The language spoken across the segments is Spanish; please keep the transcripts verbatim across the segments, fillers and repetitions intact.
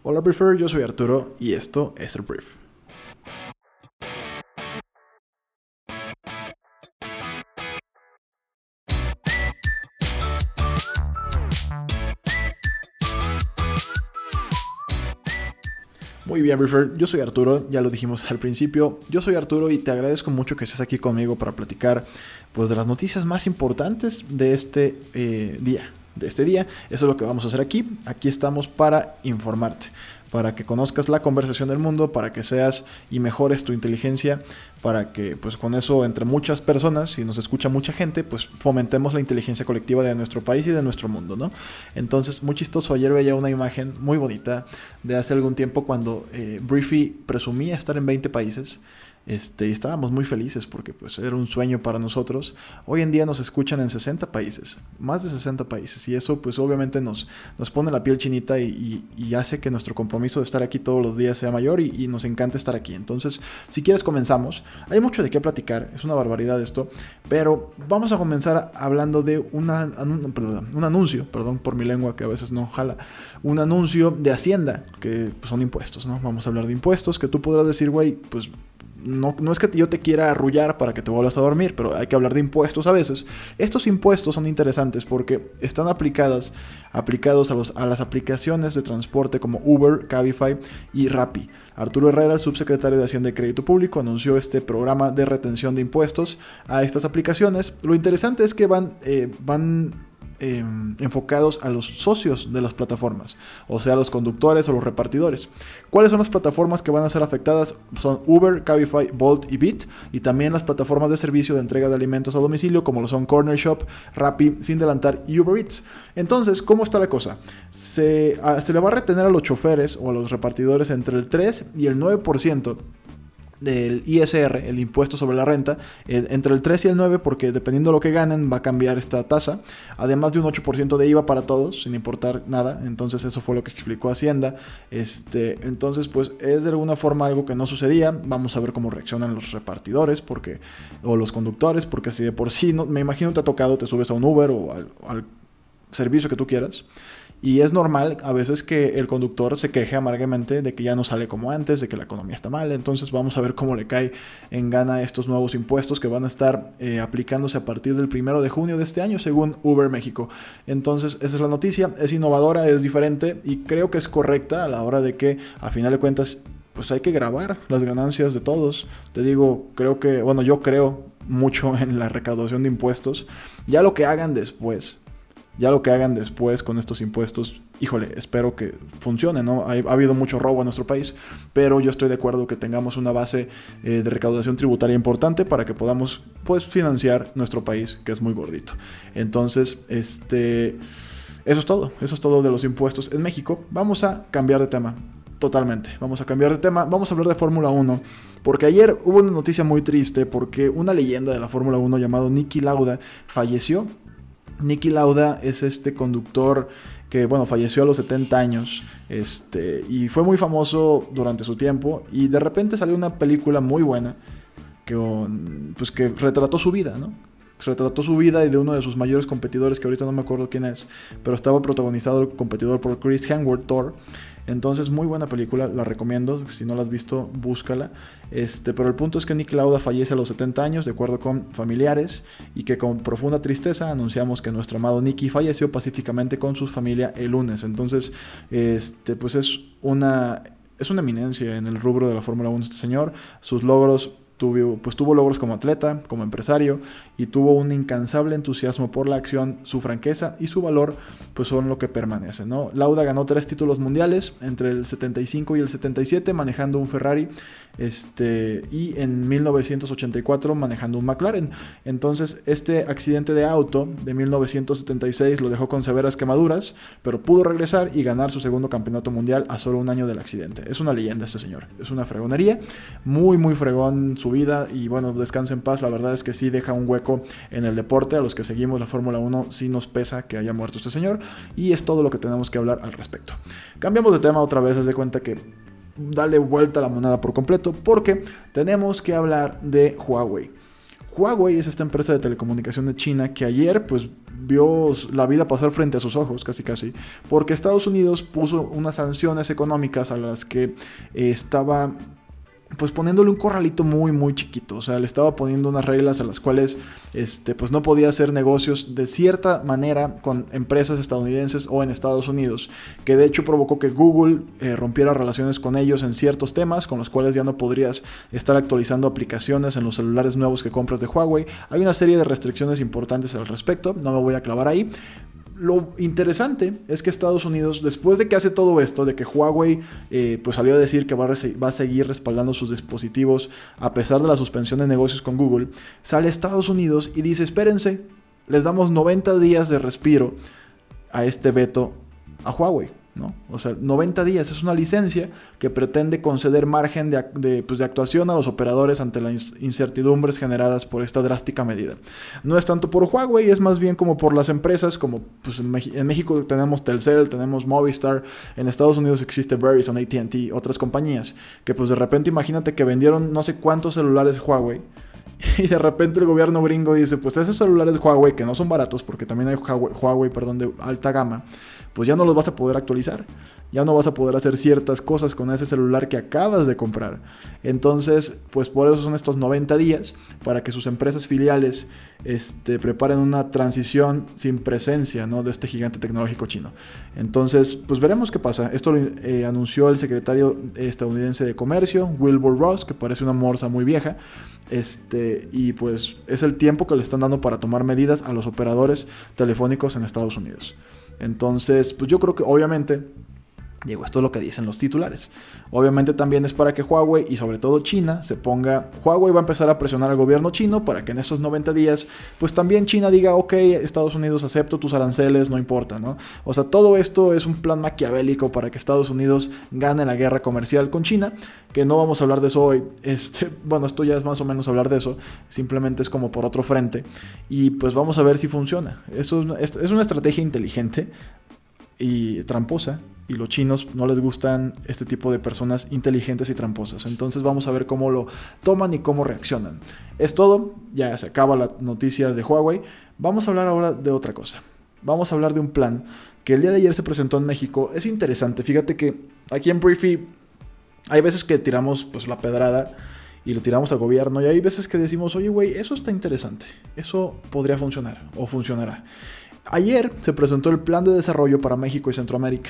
Hola Briefer, yo soy Arturo y esto es el Brief. Muy bien, Briefer, yo soy Arturo, ya lo dijimos al principio, yo soy Arturo y te agradezco mucho que estés aquí conmigo para platicar pues, de las noticias más importantes de este eh, día. De este día, eso es lo que vamos a hacer aquí. Aquí estamos para informarte, para que conozcas la conversación del mundo, para que seas y mejores tu inteligencia, para que pues con eso entre muchas personas, si nos escucha mucha gente, pues fomentemos la inteligencia colectiva de nuestro país y de nuestro mundo, ¿no? Entonces, muy chistoso, ayer veía una imagen muy bonita de hace algún tiempo cuando eh, Briefy presumía estar en veinte países. Este, y estábamos muy felices porque pues, era un sueño para nosotros. Hoy en día nos escuchan en sesenta países, más de sesenta países, y eso pues obviamente nos, nos pone la piel chinita y, y, y hace que nuestro compromiso de estar aquí todos los días sea mayor y, y nos encanta estar aquí. Entonces, si quieres comenzamos. Hay mucho de qué platicar, es una barbaridad esto, pero vamos a comenzar hablando de una, un, perdón, un anuncio, perdón por mi lengua que a veces no jala, un anuncio de Hacienda, que pues, son impuestos, ¿no? Vamos a hablar de impuestos, que tú podrás decir, güey, pues... No, no es que yo te quiera arrullar para que te vuelvas a dormir, pero hay que hablar de impuestos a veces. Estos impuestos son interesantes porque están aplicadas, aplicados a, los, a las aplicaciones de transporte como Uber, Cabify y Rappi. Arturo Herrera, el subsecretario de Hacienda y Crédito Público, anunció este programa de retención de impuestos a estas aplicaciones. Lo interesante es que van... Eh, van Eh, enfocados a los socios de las plataformas, o sea, los conductores o los repartidores. ¿Cuáles son las plataformas que van a ser afectadas? Son Uber, Cabify, Bolt y Bit, y también las plataformas de servicio de entrega de alimentos a domicilio, como lo son Corner Shop, Rappi, Sin Delantar y Uber Eats. Entonces, ¿cómo está la cosa? Se, a, se le va a retener a los choferes o a los repartidores entre el tres y el nueve por ciento del I S R, el impuesto sobre la renta, eh, entre el tres y el nueve, porque dependiendo de lo que ganen va a cambiar esta tasa, además de un ocho por ciento de I V A para todos, sin importar nada. Entonces eso fue lo que explicó Hacienda. Este, entonces pues es de alguna forma algo que no sucedía. Vamos a ver cómo reaccionan los repartidores porque, o los conductores, porque si de por sí, no, me imagino te ha tocado, te subes a un Uber o al, al servicio que tú quieras, y es normal a veces que el conductor se queje amargamente de que ya no sale como antes, de que la economía está mal. Entonces vamos a ver cómo le cae en gana estos nuevos impuestos que van a estar eh, aplicándose a partir del primero de junio de este año, según Uber México. Entonces esa es la noticia, es innovadora, es diferente y creo que es correcta a la hora de que a final de cuentas pues hay que grabar las ganancias de todos. Te digo, creo que, bueno, yo creo mucho en la recaudación de impuestos. Ya lo que hagan después... Ya lo que hagan después con estos impuestos, híjole, espero que funcione, ¿no? Ha, ha habido mucho robo en nuestro país, pero yo estoy de acuerdo que tengamos una base eh, de recaudación tributaria importante para que podamos, pues, financiar nuestro país, que es muy gordito. Entonces, este, eso es todo, eso es todo de los impuestos en México. Vamos a cambiar de tema. Totalmente, vamos a cambiar de tema, vamos a hablar de Fórmula uno, porque ayer hubo una noticia muy triste, porque una leyenda de la Fórmula uno llamado Niki Lauda falleció. Niki Lauda es este conductor que, bueno, falleció a los setenta años, este, y fue muy famoso durante su tiempo, y de repente salió una película muy buena que, pues, que retrató su vida, ¿no? Retrató su vida y de uno de sus mayores competidores, que ahorita no me acuerdo quién es, pero estaba protagonizado el competidor por Chris Hemsworth, Thor. Entonces, muy buena película, la recomiendo. Si no la has visto, búscala. Este, pero el punto es que Niki Lauda fallece a los setenta años, de acuerdo con familiares, y que con profunda tristeza anunciamos que nuestro amado Niki falleció pacíficamente con su familia el lunes. Entonces, este, pues es una, es una eminencia en el rubro de la Fórmula uno este señor. Sus logros... Tuvo, pues tuvo logros como atleta, como empresario, y tuvo un incansable entusiasmo por la acción. Su franqueza y su valor pues son lo que permanece, ¿no? Lauda ganó tres títulos mundiales entre el setenta y cinco y el setenta y siete manejando un Ferrari, este, y en mil novecientos ochenta y cuatro manejando un McLaren. Entonces este accidente de auto de mil novecientos setenta y seis lo dejó con severas quemaduras, pero pudo regresar y ganar su segundo campeonato mundial a solo un año del accidente. Es una leyenda este señor, es una fregonería, muy muy fregón su vida, y bueno, descanse en paz. La verdad es que sí deja un hueco en el deporte. A los que seguimos la Fórmula uno sí nos pesa que haya muerto este señor, y es todo lo que tenemos que hablar al respecto. Cambiamos de tema otra vez, haz de cuenta que dale vuelta a la moneda por completo, porque tenemos que hablar de Huawei. Huawei es esta empresa de telecomunicación de China que ayer pues vio la vida pasar frente a sus ojos, casi casi, porque Estados Unidos puso unas sanciones económicas a las que eh, estaba pues poniéndole un corralito muy muy chiquito. O sea, le estaba poniendo unas reglas a las cuales este, pues no podía hacer negocios de cierta manera con empresas estadounidenses o en Estados Unidos, que de hecho provocó que Google eh, rompiera relaciones con ellos en ciertos temas con los cuales ya no podrías estar actualizando aplicaciones en los celulares nuevos que compras de Huawei. Hay una serie de restricciones importantes al respecto, no me voy a clavar ahí. Lo interesante es que Estados Unidos, después de que hace todo esto, de que Huawei eh, pues salió a decir que va a, va a seguir respaldando sus dispositivos a pesar de la suspensión de negocios con Google, sale Estados Unidos y dice, espérense, les damos noventa días de respiro a este veto a Huawei, ¿no? O sea, noventa días es una licencia que pretende conceder margen de, de, pues de actuación a los operadores ante las incertidumbres generadas por esta drástica medida. No es tanto por Huawei, es más bien como por las empresas, como pues en, Mex- en México tenemos Telcel, tenemos Movistar, en Estados Unidos existe Verizon, A T and T, otras compañías, que pues de repente imagínate que vendieron no sé cuántos celulares Huawei, y de repente el gobierno gringo dice, pues esos celulares Huawei, que no son baratos, porque también hay Huawei, Huawei perdón, de alta gama, pues ya no los vas a poder actualizar. Ya no vas a poder hacer ciertas cosas con ese celular que acabas de comprar. Entonces, pues por eso son estos noventa días, para que sus empresas filiales este, preparen una transición sin presencia, ¿no?, de este gigante tecnológico chino. Entonces, pues veremos qué pasa. Esto lo eh, anunció el secretario estadounidense de Comercio, Wilbur Ross, que parece una morsa muy vieja. Este, y pues es el tiempo que le están dando para tomar medidas a los operadores telefónicos en Estados Unidos. Entonces, pues yo creo que obviamente, digo, esto es lo que dicen los titulares. Obviamente también es para que Huawei y sobre todo China se ponga... Huawei va a empezar a presionar al gobierno chino para que en estos noventa días, pues también China diga, ok, Estados Unidos, acepto tus aranceles, no importa, ¿no? O sea, todo esto es un plan maquiavélico para que Estados Unidos gane la guerra comercial con China, que no vamos a hablar de eso hoy. Este, bueno, esto ya es más o menos hablar de eso, simplemente es como por otro frente. Y pues vamos a ver si funciona. Eso es, es una estrategia inteligente y tramposa. Y los chinos no les gustan este tipo de personas inteligentes y tramposas. Entonces vamos a ver cómo lo toman y cómo reaccionan. Es todo, ya se acaba la noticia de Huawei. Vamos a hablar ahora de otra cosa. Vamos a hablar de un plan que el día de ayer se presentó en México. Es interesante, fíjate que aquí en Briefy hay veces que tiramos pues la pedrada y lo tiramos al gobierno. Y hay veces que decimos, oye güey, eso está interesante. Eso podría funcionar o funcionará. Ayer se presentó el Plan de Desarrollo para México y Centroamérica.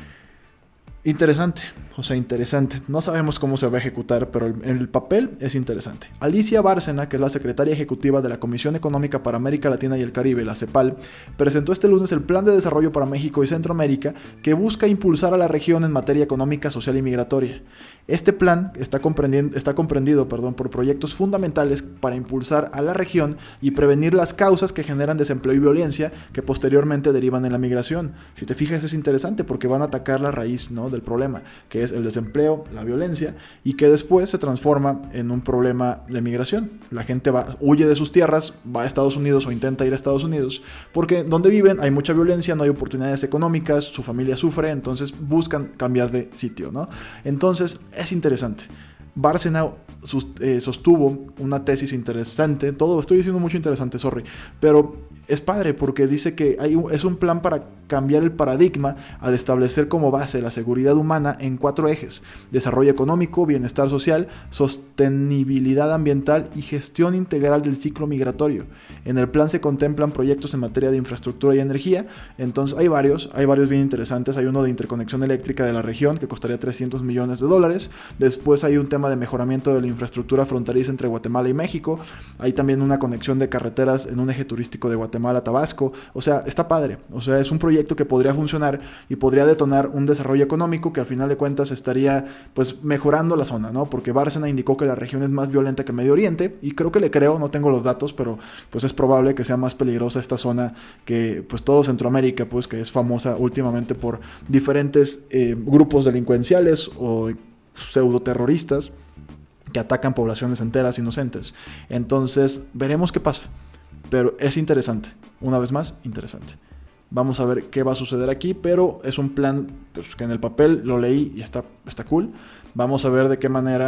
Interesante, o sea, interesante. No sabemos cómo se va a ejecutar, pero en el papel es interesante. Alicia Bárcena, que es la secretaria ejecutiva de la Comisión Económica para América Latina y el Caribe, la CEPAL, presentó este lunes el Plan de Desarrollo para México y Centroamérica, que busca impulsar a la región en materia económica, social y migratoria. Este plan está, comprendiendo, está comprendido perdón, por proyectos fundamentales para impulsar a la región y prevenir las causas que generan desempleo y violencia que posteriormente derivan en la migración. Si te fijas, es interesante porque van a atacar la raíz, ¿no?, del problema, que es el desempleo, la violencia, y que después se transforma en un problema de migración. La gente va, huye de sus tierras, va a Estados Unidos o intenta ir a Estados Unidos, porque donde viven hay mucha violencia, no hay oportunidades económicas, su familia sufre, entonces buscan cambiar de sitio, ¿no? Entonces, es interesante. Bárcena eh, sostuvo una tesis interesante, todo estoy diciendo mucho interesante, sorry, pero es padre porque dice que hay un, es un plan para cambiar el paradigma al establecer como base la seguridad humana en cuatro ejes: desarrollo económico, bienestar social, sostenibilidad ambiental y gestión integral del ciclo migratorio. En el plan se contemplan proyectos en materia de infraestructura y energía, entonces hay varios, hay varios bien interesantes. Hay uno de interconexión eléctrica de la región que costaría trescientos millones de dólares, después hay un tema de mejoramiento de la infraestructura fronteriza entre Guatemala y México, hay también una conexión de carreteras en un eje turístico de Guatemala a Tabasco. O sea, está padre, o sea, es un proyecto que podría funcionar y podría detonar un desarrollo económico que al final de cuentas estaría pues mejorando la zona, ¿no? Porque Bárcena indicó que la región es más violenta que Medio Oriente, y creo que le creo, no tengo los datos, pero pues es probable que sea más peligrosa esta zona que pues todo Centroamérica, pues que es famosa últimamente por diferentes eh, grupos delincuenciales o pseudoterroristas que atacan poblaciones enteras inocentes. Entonces veremos qué pasa, pero es interesante, una vez más interesante. Vamos a ver qué va a suceder aquí, pero es un plan pues, que en el papel lo leí y está, está cool. Vamos a ver de qué manera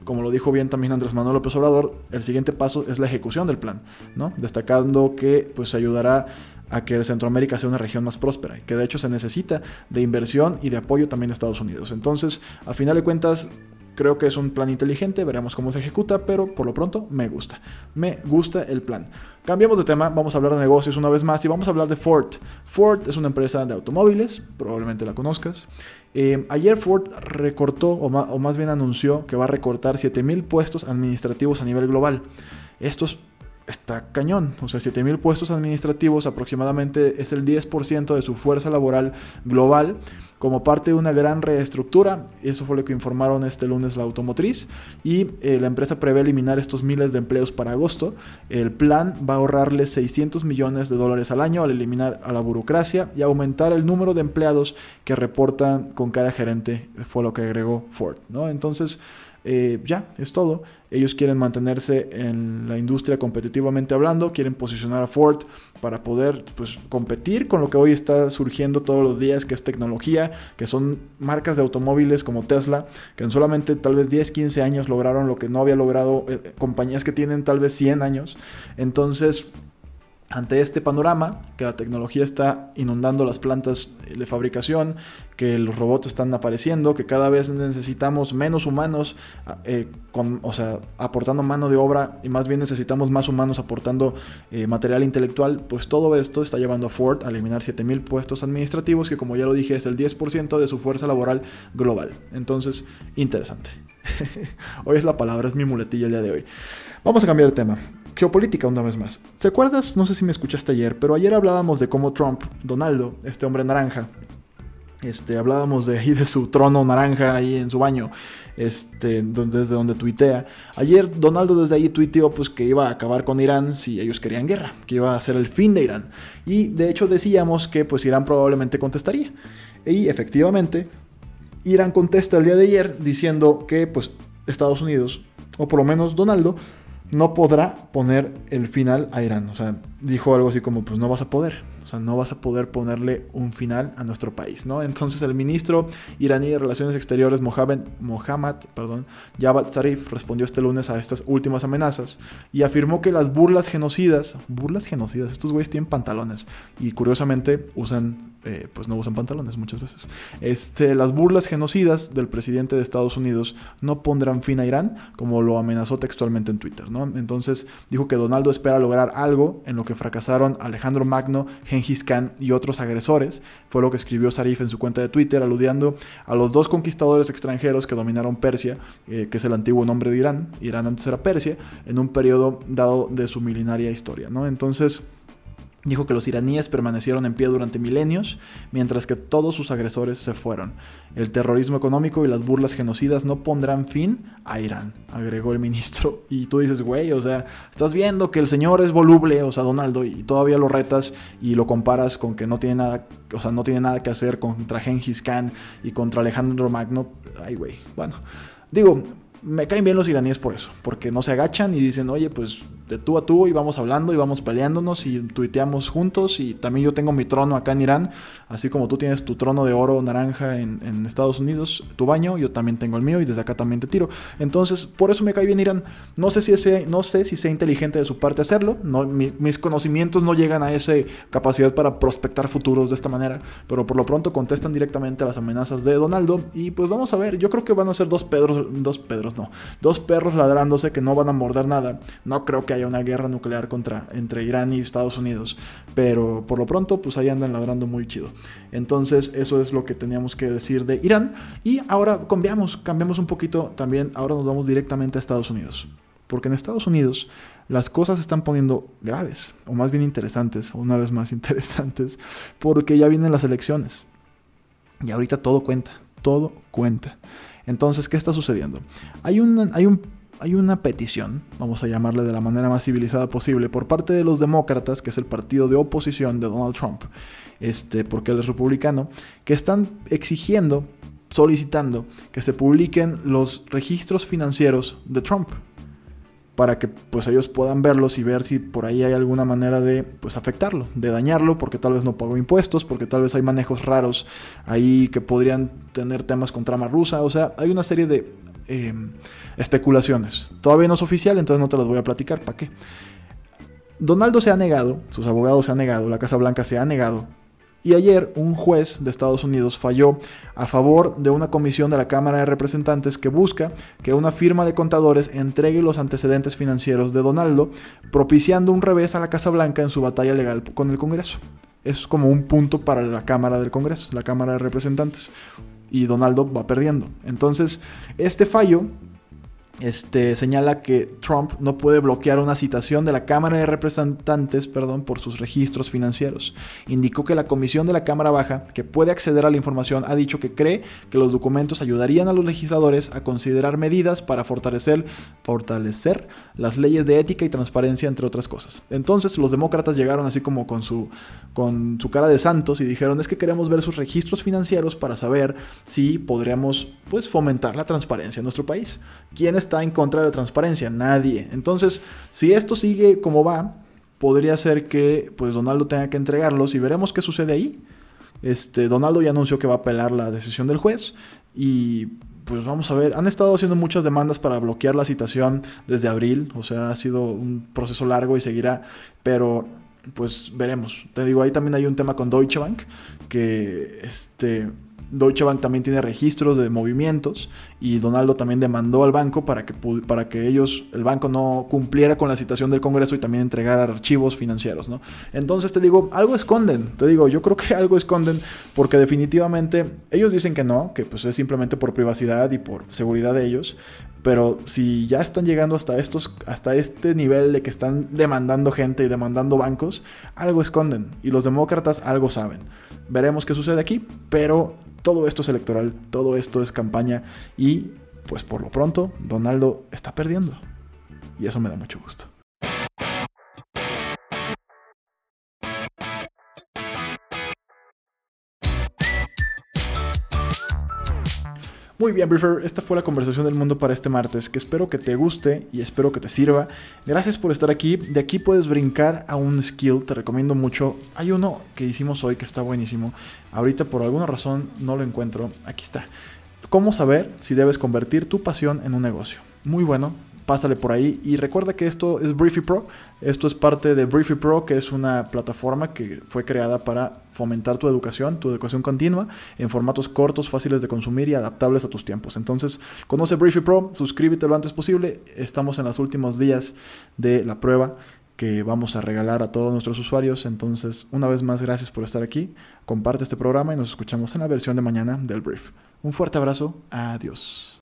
como lo dijo bien también Andrés Manuel López Obrador, el siguiente paso es la ejecución del plan, ¿no? Destacando que pues ayudará a que Centroamérica sea una región más próspera, que de hecho se necesita de inversión y de apoyo también de Estados Unidos. Entonces, a final de cuentas, creo que es un plan inteligente, veremos cómo se ejecuta, pero por lo pronto me gusta. Me gusta el plan. Cambiamos de tema, vamos a hablar de negocios una vez más y vamos a hablar de Ford. Ford es una empresa de automóviles, probablemente la conozcas. Eh, ayer Ford recortó, o, ma- o más bien anunció, que va a recortar siete mil puestos administrativos a nivel global. Esto es Está cañón, o sea, siete mil puestos administrativos aproximadamente es el diez por ciento de su fuerza laboral global como parte de una gran reestructura. Eso fue lo que informaron este lunes la automotriz y eh, la empresa prevé eliminar estos miles de empleos para agosto. El plan va a ahorrarle seiscientos millones de dólares al año al eliminar a la burocracia y aumentar el número de empleados que reportan con cada gerente, fue lo que agregó Ford, ¿no? Entonces, Eh, ya, es todo. Ellos quieren mantenerse en la industria competitivamente hablando, quieren posicionar a Ford para poder pues, competir con lo que hoy está surgiendo todos los días, que es tecnología, que son marcas de automóviles como Tesla, que en solamente tal vez diez, quince años lograron lo que no había logrado eh, compañías que tienen tal vez cien años. Entonces, ante este panorama, que la tecnología está inundando las plantas de fabricación, que los robots están apareciendo, que cada vez necesitamos menos humanos, eh, con, o sea, aportando mano de obra, y más bien necesitamos más humanos aportando eh, material intelectual, pues todo esto está llevando a Ford a eliminar siete mil puestos administrativos, que como ya lo dije es el diez por ciento de su fuerza laboral global. Entonces, interesante. Hoy es la palabra, es mi muletilla el día de hoy. Vamos a cambiar de tema. Geopolítica una vez más. ¿Te acuerdas? No sé si me escuchaste ayer, pero ayer hablábamos de cómo Trump, Donaldo, este hombre naranja, este, hablábamos de ahí de su trono naranja ahí en su baño, este, desde donde tuitea. Ayer Donaldo desde ahí tuiteó pues que iba a acabar con Irán si ellos querían guerra, que iba a ser el fin de Irán. Y de hecho decíamos que pues Irán probablemente contestaría. Y efectivamente, Irán contesta el día de ayer diciendo que pues Estados Unidos, o por lo menos Donaldo, no podrá poner el final a Irán. O sea, dijo algo así como, pues no vas a poder. O sea, no vas a poder ponerle un final a nuestro país, ¿no? Entonces el ministro iraní de Relaciones Exteriores, Mohamed, Mohammad perdón, Javad Zarif, respondió este lunes a estas últimas amenazas y afirmó que las burlas genocidas, burlas genocidas, estos güeyes tienen pantalones y curiosamente usan, eh, pues no usan pantalones muchas veces. Este, las burlas genocidas del presidente de Estados Unidos no pondrán fin a Irán, como lo amenazó textualmente en Twitter, ¿no? Entonces dijo que Donaldo espera lograr algo en lo que fracasaron Alejandro Magno, Gengis Khan y otros agresores. Fue lo que escribió Zarif en su cuenta de Twitter, aludiendo a los dos conquistadores extranjeros que dominaron Persia, eh, que es el antiguo nombre de Irán. Irán antes era Persia, en un periodo dado de su milenaria historia, ¿no? Entonces dijo que los iraníes permanecieron en pie durante milenios, mientras que todos sus agresores se fueron. El terrorismo económico y las burlas genocidas no pondrán fin a Irán, agregó el ministro. Y tú dices, güey, o sea, estás viendo que el señor es voluble, o sea, Donaldo, y todavía lo retas y lo comparas con que no tiene nada, o sea, no tiene nada que hacer contra Gengis Khan y contra Alejandro Magno. Ay, güey, bueno, digo, me caen bien los iraníes por eso, porque no se agachan y dicen, oye, pues de tú a tú y vamos hablando y vamos peleándonos y tuiteamos juntos, y también yo tengo mi trono acá en Irán, así como tú tienes tu trono de oro naranja en, en Estados Unidos, tu baño, yo también tengo el mío y desde acá también te tiro. Entonces, por eso me cae bien Irán. No sé si, ese, no sé si sea inteligente de su parte hacerlo, no, mi, mis conocimientos no llegan a esa capacidad para prospectar futuros de esta manera, pero por lo pronto contestan directamente a las amenazas de Donaldo y pues vamos a ver, yo creo que van a ser dos Pedros, dos Pedros no, dos perros ladrándose que no van a morder nada. No creo que haya una guerra nuclear contra, entre Irán y Estados Unidos, pero por lo pronto pues ahí andan ladrando muy chido. Entonces eso es lo que teníamos que decir de Irán. Y ahora cambiamos, cambiamos un poquito también, ahora nos vamos directamente a Estados Unidos, porque en Estados Unidos las cosas se están poniendo graves, o más bien interesantes, o una vez más interesantes, porque ya vienen las elecciones y ahorita todo cuenta, todo cuenta. Entonces, ¿qué está sucediendo? Hay una, hay un, hay una petición, vamos a llamarle de la manera más civilizada posible, por parte de los demócratas, que es el partido de oposición de Donald Trump, este, porque él es republicano, que están exigiendo, solicitando que se publiquen los registros financieros de Trump, para que pues ellos puedan verlos y ver si por ahí hay alguna manera de pues afectarlo, de dañarlo, porque tal vez no pagó impuestos, porque tal vez hay manejos raros ahí que podrían tener temas con trama rusa. O sea, hay una serie de eh, especulaciones. Todavía no es oficial, entonces no te las voy a platicar. ¿Para qué? Donaldo se ha negado, sus abogados se han negado, la Casa Blanca se ha negado. Y ayer un juez de Estados Unidos falló a favor de una comisión de la Cámara de Representantes que busca que una firma de contadores entregue los antecedentes financieros de Donaldo, propiciando un revés a la Casa Blanca en su batalla legal con el Congreso. Es como un punto para la Cámara del Congreso, la Cámara de Representantes. Y Donaldo va perdiendo. Entonces, este fallo Este, señala que Trump no puede bloquear una citación de la Cámara de Representantes, perdón, por sus registros financieros. Indicó que la comisión de la Cámara Baja, que puede acceder a la información, ha dicho que cree que los documentos ayudarían a los legisladores a considerar medidas para fortalecer, fortalecer las leyes de ética y transparencia, entre otras cosas. Entonces los demócratas llegaron así como con su, con su cara de santos y dijeron: es que queremos ver sus registros financieros para saber si podríamos, pues, fomentar la transparencia en nuestro país. ¿Quién está en contra de la transparencia? Nadie. Entonces, si esto sigue como va, podría ser que, pues, Donaldo tenga que entregarlos y veremos qué sucede ahí. Este, Donaldo ya anunció que va a apelar la decisión del juez y, pues, vamos a ver. Han estado haciendo muchas demandas para bloquear la citación desde abril, o sea, ha sido un proceso largo y seguirá, pero pues veremos. Te digo, ahí también hay un tema con Deutsche Bank, que este... Deutsche Bank también tiene registros de movimientos y Donaldo también demandó al banco para que, para que ellos, el banco no cumpliera con la citación del Congreso y también entregara archivos financieros, ¿no? Entonces te digo, algo esconden, te digo, yo creo que algo esconden porque definitivamente ellos dicen que no, que pues es simplemente por privacidad y por seguridad de ellos, pero si ya están llegando hasta estos, hasta este nivel de que están demandando gente y demandando bancos, algo esconden y los demócratas algo saben. Veremos qué sucede aquí, pero todo esto es electoral, todo esto es campaña y pues por lo pronto Donaldo está perdiendo y eso me da mucho gusto. Muy bien, Briefer, esta fue la conversación del mundo para este martes, que espero que te guste y espero que te sirva. Gracias por estar aquí. De aquí puedes brincar a un skill, te recomiendo mucho. Hay uno que hicimos hoy que está buenísimo. Ahorita por alguna razón no lo encuentro. Aquí está. ¿Cómo saber si debes convertir tu pasión en un negocio? Muy bueno. Pásale por ahí y recuerda que esto es Briefy Pro. Esto es parte de Briefy Pro, que es una plataforma que fue creada para fomentar tu educación, tu educación continua en formatos cortos, fáciles de consumir y adaptables a tus tiempos. Entonces, conoce Briefy Pro, suscríbete lo antes posible. Estamos en los últimos días de la prueba que vamos a regalar a todos nuestros usuarios. Entonces, una vez más, gracias por estar aquí. Comparte este programa y nos escuchamos en la versión de mañana del Brief. Un fuerte abrazo. Adiós.